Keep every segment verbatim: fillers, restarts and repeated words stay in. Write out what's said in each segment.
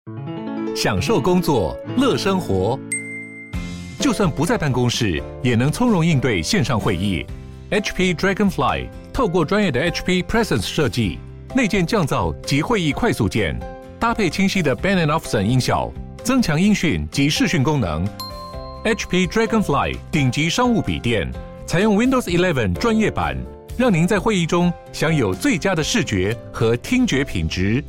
享受工作，乐生活。就算不在办公室，也能从容应对线上会议。H P Dragonfly 透过专业的 H P Presence 设计，内建降噪及会议快速键，搭配清晰的 Bang and Olufsen 音效，增强音讯及视讯功能。H P Dragonfly 顶级商务笔电，采用 Windows 十一专业版，让您在会议中享有最佳的视觉和听觉品质。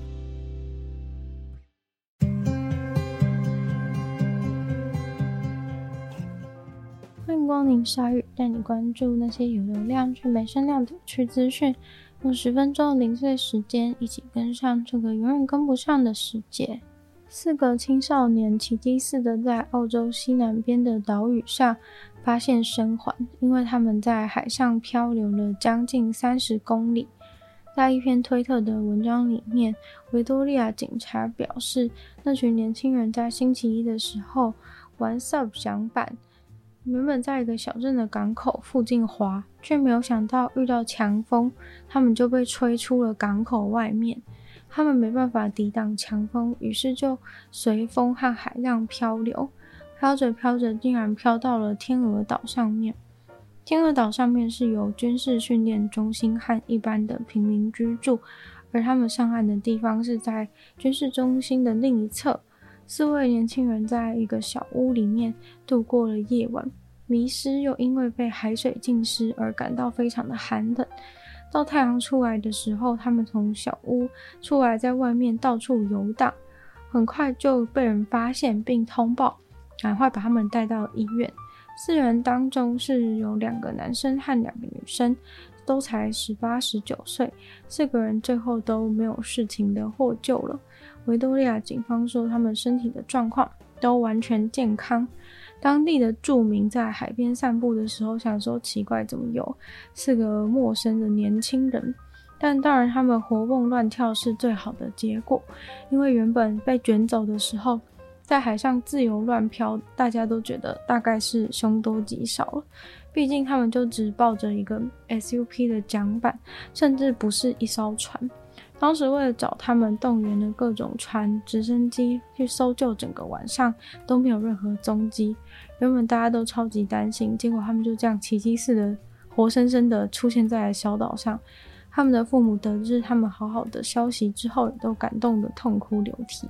欢迎光临鲨鱼，带你关注那些有流量却没声量的有趣资讯，用十分钟的零碎时间，一起跟上这个永远跟不上的世界。四个青少年奇迹似的在澳洲西南边的岛屿上发现生还，因为他们在海上漂流了将近三十公里。在一篇推特的文章里面，维多利亚警察表示，那群年轻人在星期一的时候玩 S U B 桨板，原本在一个小镇的港口附近滑，却没有想到遇到强风，他们就被吹出了港口外面。他们没办法抵挡强风，于是就随风和海浪漂流，飘着飘着竟然飘到了天鹅岛上面。天鹅岛上面是由军事训练中心和一般的平民居住，而他们上岸的地方是在军事中心的另一侧。四位年轻人在一个小屋里面度过了夜晚，迷失又因为被海水浸湿而感到非常的寒冷。到太阳出来的时候，他们从小屋出来，在外面到处游荡，很快就被人发现并通报，赶快把他们带到医院。四人当中是有两个男生和两个女生，都才十八、十九岁，四个人最后都没有事情的获救了。维多利亚警方说，他们身体的状况都完全健康。当地的住民在海边散步的时候想说，奇怪，怎么有四个陌生的年轻人？但当然他们活蹦乱跳是最好的结果，因为原本被卷走的时候在海上自由乱飘，大家都觉得大概是凶多吉少了，毕竟他们就只抱着一个 S U P 的桨板，甚至不是一艘船。当时为了找他们，动员了各种船、直升机去搜救，整个晚上都没有任何踪迹。原本大家都超级担心，结果他们就这样奇迹似的活生生的出现在小岛上。他们的父母得知他们好好的消息之后，也都感动的痛哭流涕。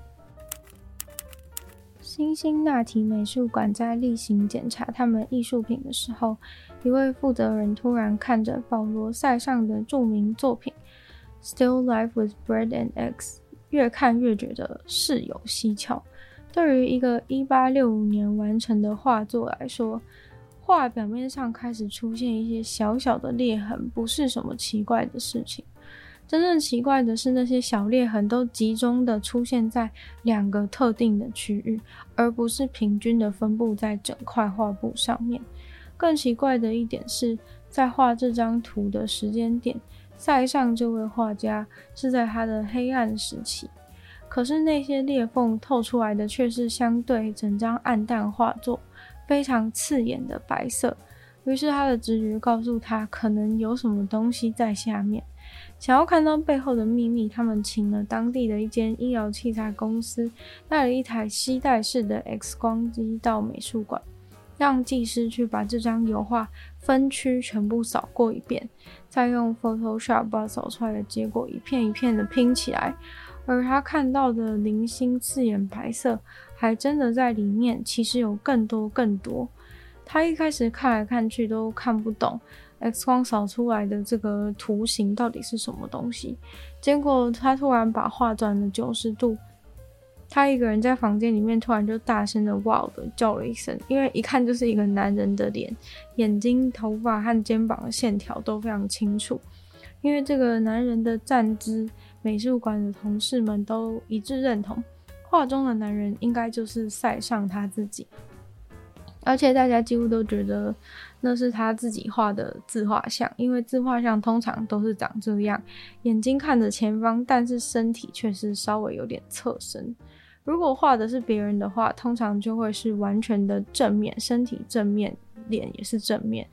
辛辛那提美术馆在例行检查他们艺术品的时候，一位负责人突然看着保罗塞尚的著名作品 Still Life with Bread and Eggs， 越看越觉得事有蹊跷。对于一个一八六五年完成的画作来说，画表面上开始出现一些小小的裂痕，不是什么奇怪的事情。真正奇怪的是，那些小裂痕都集中的出现在两个特定的区域，而不是平均的分布在整块画布上面。更奇怪的一点是，在画这张图的时间点，塞尚这位画家是在他的黑暗时期，可是那些裂缝透出来的却是相对整张暗淡画作非常刺眼的白色。于是他的直觉告诉他，可能有什么东西在下面。想要看到背后的秘密，他们请了当地的一间医疗器材公司，带了一台吸带式的 X 光机到美术馆，让技师去把这张油画分区全部扫过一遍，再用 Photoshop 把扫出来的结果一片一片的拼起来。而他看到的零星刺眼白色还真的在里面，其实有更多更多。他一开始看来看去都看不懂 X 光扫出来的这个图形到底是什么东西，结果他突然把画转了九十度，他一个人在房间里面突然就大声的哇的叫了一声，因为一看就是一个男人的脸，眼睛、头发和肩膀的线条都非常清楚。因为这个男人的站姿，美术馆的同事们都一致认同，画中的男人应该就是塞尚他自己。而且大家几乎都觉得那是他自己画的自画像，因为自画像通常都是长这样，眼睛看着前方，但是身体却是稍微有点侧身。如果画的是别人的话，通常就会是完全的正面，身体正面，脸也是正面。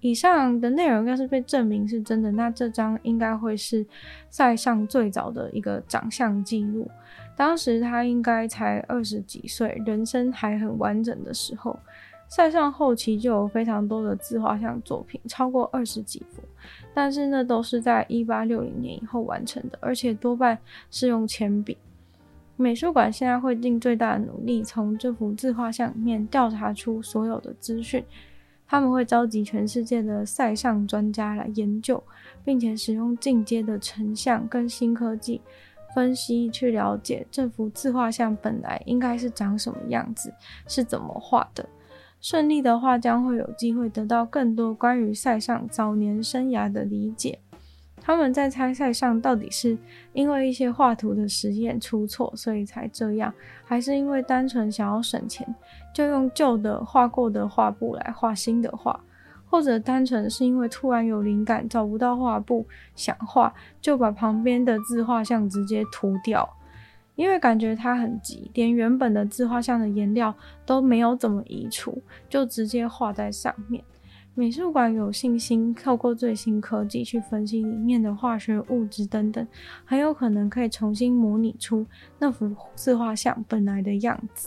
以上的内容要是被证明是真的，那这张应该会是塞尚最早的一个长相记录。当时他应该才二十几岁，人生还很完整的时候。塞尚后期就有非常多的自画像作品，超过二十几幅，但是那都是在一八六零年以后完成的，而且多半是用铅笔。美术馆现在会尽最大的努力从这幅自画像里面调查出所有的资讯，他们会召集全世界的塞尚专家来研究，并且使用进阶的成像跟新科技分析去了解这幅自画像本来应该是长什么样子，是怎么画的。顺利的话将会有机会得到更多关于塞尚早年生涯的理解。他们在猜塞尚到底是因为一些画图的实验出错所以才这样，还是因为单纯想要省钱就用旧的画过的画布来画新的画，或者单纯是因为突然有灵感找不到画布想画，就把旁边的自画像直接涂掉。因为感觉他很急，连原本的自画像的颜料都没有怎么移除，就直接画在上面。美术馆有信心透过最新科技去分析里面的化学物质等等，很有可能可以重新模拟出那幅自画像本来的样子。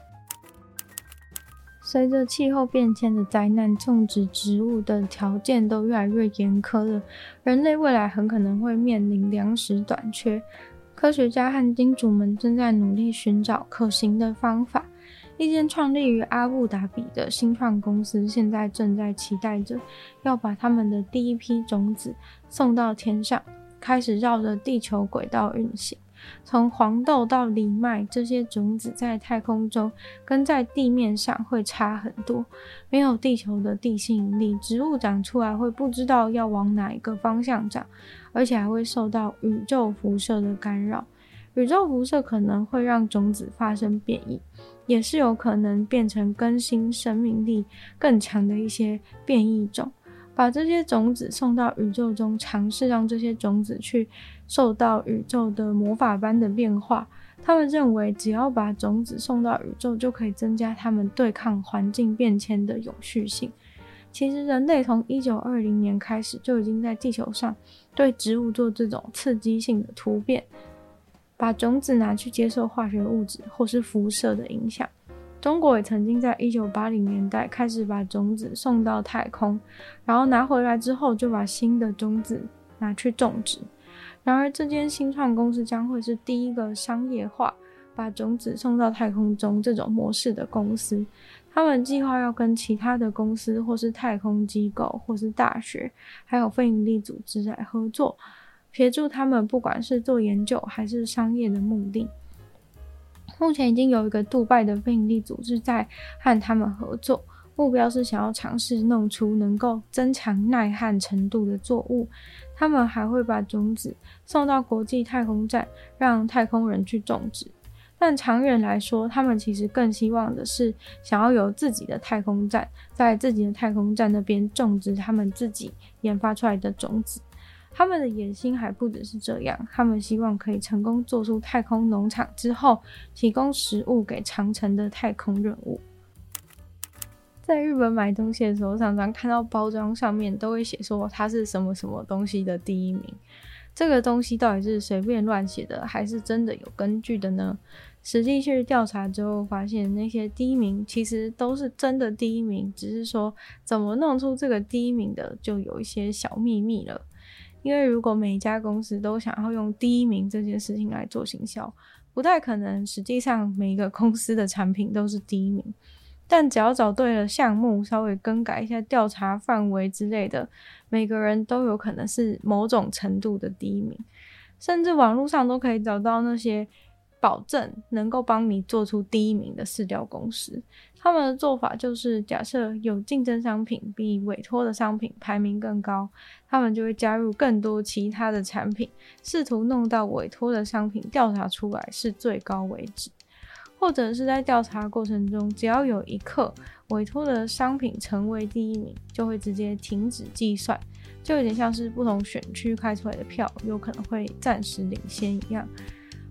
随着气候变迁的灾难，种植植物的条件都越来越严苛了，人类未来很可能会面临粮食短缺。科学家和金主们正在努力寻找可行的方法。一间创立于阿布达比的新创公司现在正在期待着要把他们的第一批种子送到天上，开始绕着地球轨道运行。从黄豆到藜麦，这些种子在太空中跟在地面上会差很多。没有地球的地心引力，植物长出来会不知道要往哪一个方向长，而且还会受到宇宙辐射的干扰。宇宙辐射可能会让种子发生变异，也是有可能变成更新生命力更强的一些变异种。把这些种子送到宇宙中，尝试让这些种子去受到宇宙的魔法般的变化。他们认为只要把种子送到宇宙，就可以增加他们对抗环境变迁的永续性。其实人类从一九二零年开始就已经在地球上对植物做这种刺激性的突变，把种子拿去接受化学物质或是辐射的影响。中国也曾经在一九八零年代开始把种子送到太空，然后拿回来之后就把新的种子拿去种植。然而这间新创公司将会是第一个商业化把种子送到太空中这种模式的公司。他们计划要跟其他的公司或是太空机构或是大学还有非营利组织来合作，协助他们不管是做研究还是商业的目的。目前已经有一个杜拜的非营利组织在和他们合作，目标是想要尝试弄出能够增强耐旱程度的作物。他们还会把种子送到国际太空站，让太空人去种植。但长远来说，他们其实更希望的是想要有自己的太空站，在自己的太空站那边种植他们自己研发出来的种子。他们的野心还不只是这样，他们希望可以成功做出太空农场之后，提供食物给长程的太空任务。在日本买东西的时候，常常看到包装上面都会写说它是什么什么东西的第一名。这个东西到底是随便乱写的，还是真的有根据的呢？实际去调查之后发现，那些第一名其实都是真的第一名，只是说怎么弄出这个第一名的就有一些小秘密了。因为如果每一家公司都想要用第一名这件事情来做行销，不太可能实际上每一个公司的产品都是第一名。但只要找对了项目，稍微更改一下调查范围之类的，每个人都有可能是某种程度的第一名。甚至网络上都可以找到那些保证能够帮你做出第一名的市调公司。他们的做法就是假设有竞争商品比委托的商品排名更高，他们就会加入更多其他的产品，试图弄到委托的商品调查出来是最高为止。或者是在调查过程中，只要有一刻委托的商品成为第一名，就会直接停止计算，就有点像是不同选区开出来的票有可能会暂时领先一样。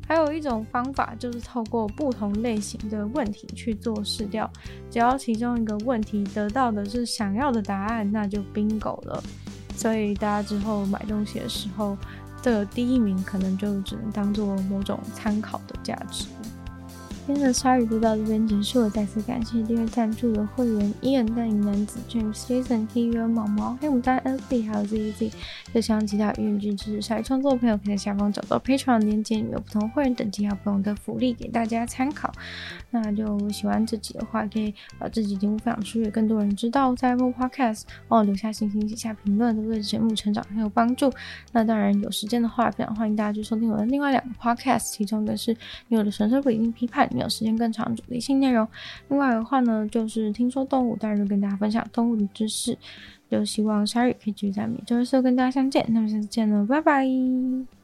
还有一种方法就是透过不同类型的问题去做试调，只要其中一个问题得到的是想要的答案，那就 bingo 了。所以大家之后买东西的时候，这个第一名可能就只能当做某种参考的价值。今天的鲨鱼就到这边结束了，再次感谢订阅赞助的会员 Ian、淡银男子、James、Jason、T V、毛毛、黑牡丹、L C 还有 Z Z。就希望其他愿意支持鲨鱼创作的朋友，可以在下方找到 Patreon 的链接，里面有不同会员等级还有不同的福利给大家参考。那就喜欢这集的话，可以把这集节目分享出去，更多人知道。在 Apple Podcast 帮我留下星星、写下评论，都对节目成长很有帮助。那当然有时间的话，非常欢迎大家去收听我的另外两个 Podcast， 其中一个是你有的神社不一定批判，你有时间更长主题性内容。另外的话呢，就是听说动物，当然就跟大家分享动物的知识。就希望鲨鱼可以继续在每周四跟大家相见，那么下次见了，拜拜。